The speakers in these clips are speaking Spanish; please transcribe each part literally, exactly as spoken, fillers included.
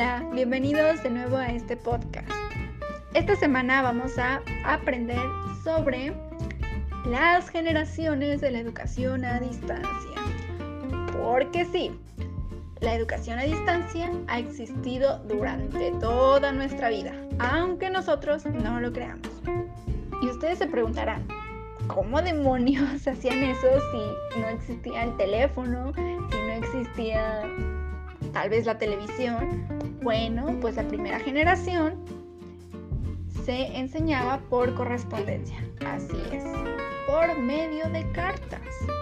Hola, bienvenidos de nuevo a este podcast. Esta semana vamos a aprender sobre las generaciones de la educación a distancia. Porque sí, la educación a distancia ha existido durante toda nuestra vida, aunque nosotros no lo creamos. Y ustedes se preguntarán, ¿cómo demonios hacían eso si no existía el teléfono, si no existía tal vez la televisión? Bueno, pues la primera generación se enseñaba por correspondencia, así es, por medio de cartas.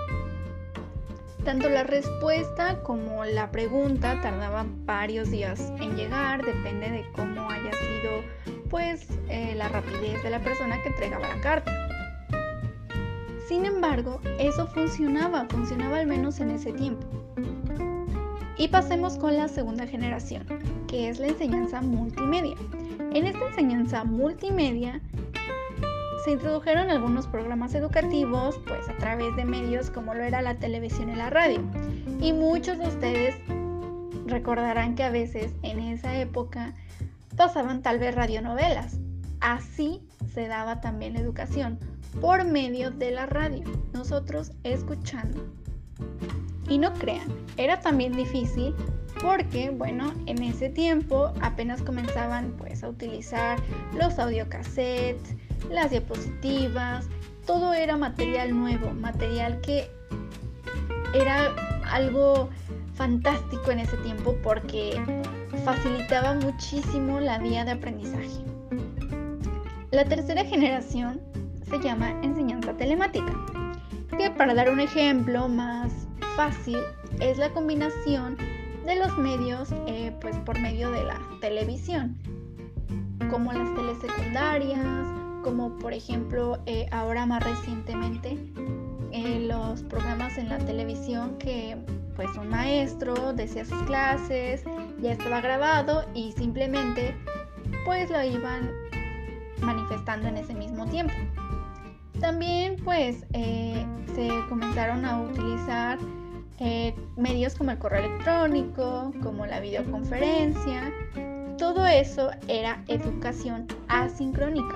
Tanto la respuesta como la pregunta tardaban varios días en llegar, depende de cómo haya sido pues eh, la rapidez de la persona que entregaba la carta. Sin embargo, eso funcionaba, funcionaba al menos en ese tiempo. Y pasemos con la segunda generación, que es la enseñanza multimedia. En esta enseñanza multimedia se introdujeron algunos programas educativos, pues a través de medios como lo era la televisión y la radio. Y muchos de ustedes recordarán que a veces en esa época pasaban tal vez radionovelas. Así se daba también la educación, por medio de la radio, nosotros escuchando. Y no crean, era también difícil porque, bueno, en ese tiempo apenas comenzaban pues a utilizar los audiocassettes, las diapositivas, todo era material nuevo, material que era algo fantástico en ese tiempo porque facilitaba muchísimo la vía de aprendizaje. La tercera generación se llama enseñanza telemática, que para dar un ejemplo más fácil es la combinación de los medios eh, pues por medio de la televisión, como las telesecundarias, como por ejemplo eh, ahora más recientemente eh, los programas en la televisión que pues un maestro decía sus clases, ya estaba grabado y simplemente pues lo iban manifestando en ese mismo tiempo. También pues eh, se comenzaron a utilizar eh, medios como el correo electrónico, como la videoconferencia. Todo eso era educación asincrónica.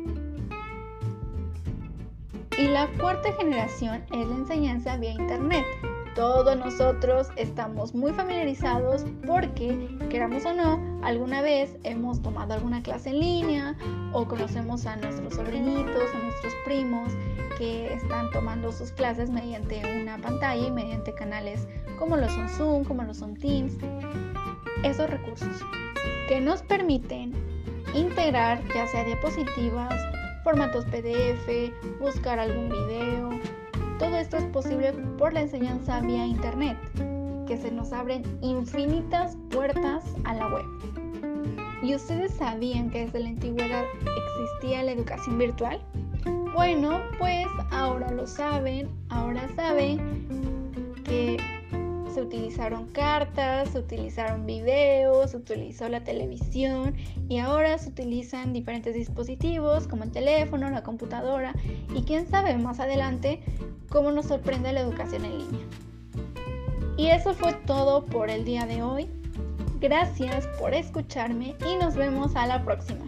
Y la cuarta generación es la enseñanza vía internet. Todos nosotros estamos muy familiarizados porque, queramos o no, alguna vez hemos tomado alguna clase en línea o conocemos a nuestros sobrinitos, a nuestros primos que están tomando sus clases mediante una pantalla y mediante canales como lo son Zoom, como lo son Teams. Esos recursos que nos permiten integrar ya sea diapositivas, formatos P D F, buscar algún video. Todo esto es posible por la enseñanza vía internet, que se nos abren infinitas puertas a la web. ¿Y ustedes sabían que desde la antigüedad existía la educación virtual? Bueno, pues ahora lo saben, ahora saben que se utilizaron cartas, se utilizaron videos, se utilizó la televisión y ahora se utilizan diferentes dispositivos como el teléfono, la computadora y quién sabe más adelante cómo nos sorprende la educación en línea. Y eso fue todo por el día de hoy. Gracias por escucharme y nos vemos a la próxima.